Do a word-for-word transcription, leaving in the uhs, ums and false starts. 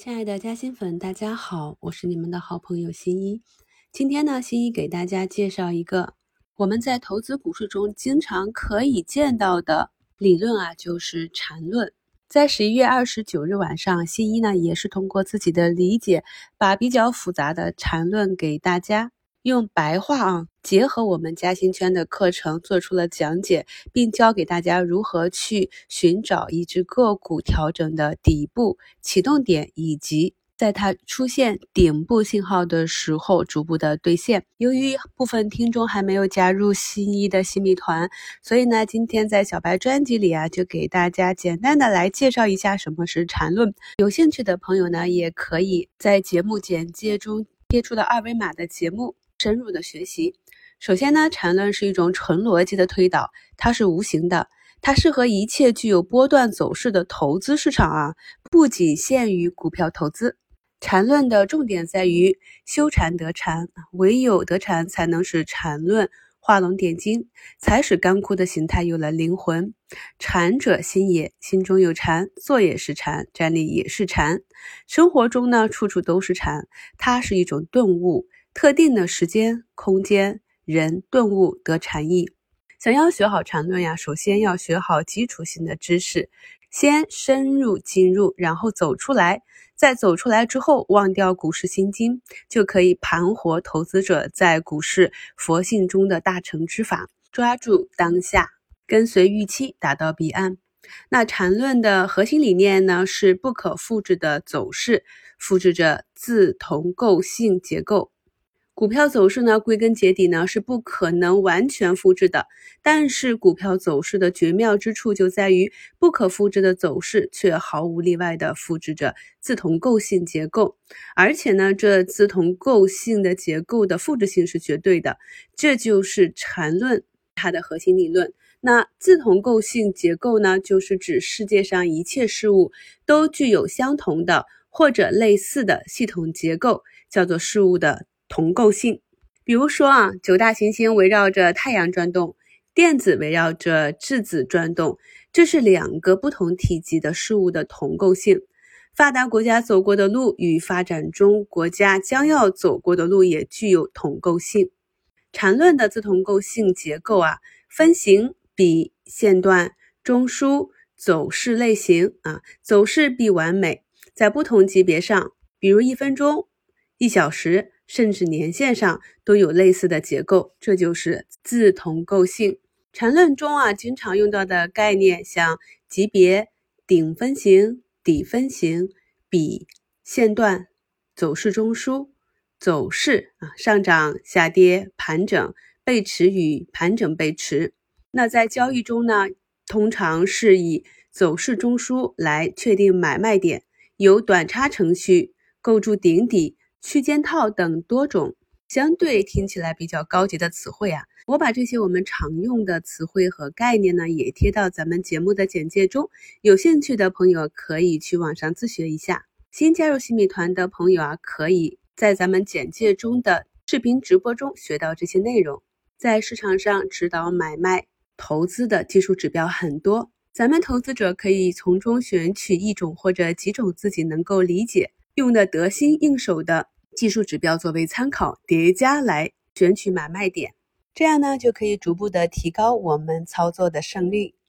亲爱的嘉兴粉，大家好，我是你们的好朋友新一。今天呢，新一给大家介绍一个我们在投资股市中经常可以见到的理论啊，就是缠论。在十一月二十九日晚上，新一呢也是通过自己的理解，把比较复杂的缠论给大家用白话啊，结合我们嘉兴圈的课程做出了讲解，并教给大家如何去寻找一只个股调整的底部启动点，以及在它出现顶部信号的时候逐步的兑现。由于部分听众还没有加入新一的新米团，所以呢，今天在小白专辑里啊，就给大家简单的来介绍一下什么是缠论。有兴趣的朋友呢，也可以在节目简介中贴出的二维码的节目深入的学习。首先呢，缠论是一种纯逻辑的推导，它是无形的，它适合一切具有波段走势的投资市场啊，不仅限于股票投资。缠论的重点在于修禅得禅，唯有得禅才能使缠论画龙点睛，才使干枯的形态有了灵魂。禅者心也，心中有禅，坐也是禅，站立也是禅。生活中呢，处处都是禅，它是一种顿悟，特定的时间、空间、人顿悟得禅意。想要学好缠论呀，首先要学好基础性的知识，先深入进入，然后走出来，在走出来之后忘掉股市心经，就可以盘活投资者在股市佛性中的大成之法，抓住当下，跟随预期达到彼岸。那缠论的核心理念呢，是不可复制的走势，复制着自同构性结构。股票走势呢，归根结底呢是不可能完全复制的，但是股票走势的绝妙之处就在于不可复制的走势却毫无例外的复制着自同构性结构，而且呢，这自同构性的结构的复制性是绝对的，这就是缠论它的核心理论。那自同构性结构呢，就是指世界上一切事物都具有相同的或者类似的系统结构，叫做事物的同构性。比如说啊，九大行星围绕着太阳转动，电子围绕着质子转动，这是两个不同体积的事物的同构性。发达国家走过的路与发展中国家将要走过的路也具有同构性。缠论的自同构性结构啊，分型、比、线段、中枢、走势类型啊，走势必完美，在不同级别上，比如一分钟、一小时甚至年线上都有类似的结构，这就是自同构性。缠论中啊，经常用到的概念像级别、顶分型、底分型、比、线段、走势中枢、走势啊，上涨、下跌、盘整、背驰与盘整背驰。那在交易中呢，通常是以走势中枢来确定买卖点，有短差程序、构筑顶底、区间套等多种相对听起来比较高级的词汇啊，我把这些我们常用的词汇和概念呢，也贴到咱们节目的简介中，有兴趣的朋友可以去网上自学一下。新加入新米团的朋友啊，可以在咱们简介中的视频直播中学到这些内容。在市场上指导买卖投资的技术指标很多，咱们投资者可以从中选取一种或者几种自己能够理解、用的得心应手的技术指标作为参考，叠加来选取买卖点，这样呢就可以逐步的提高我们操作的胜率。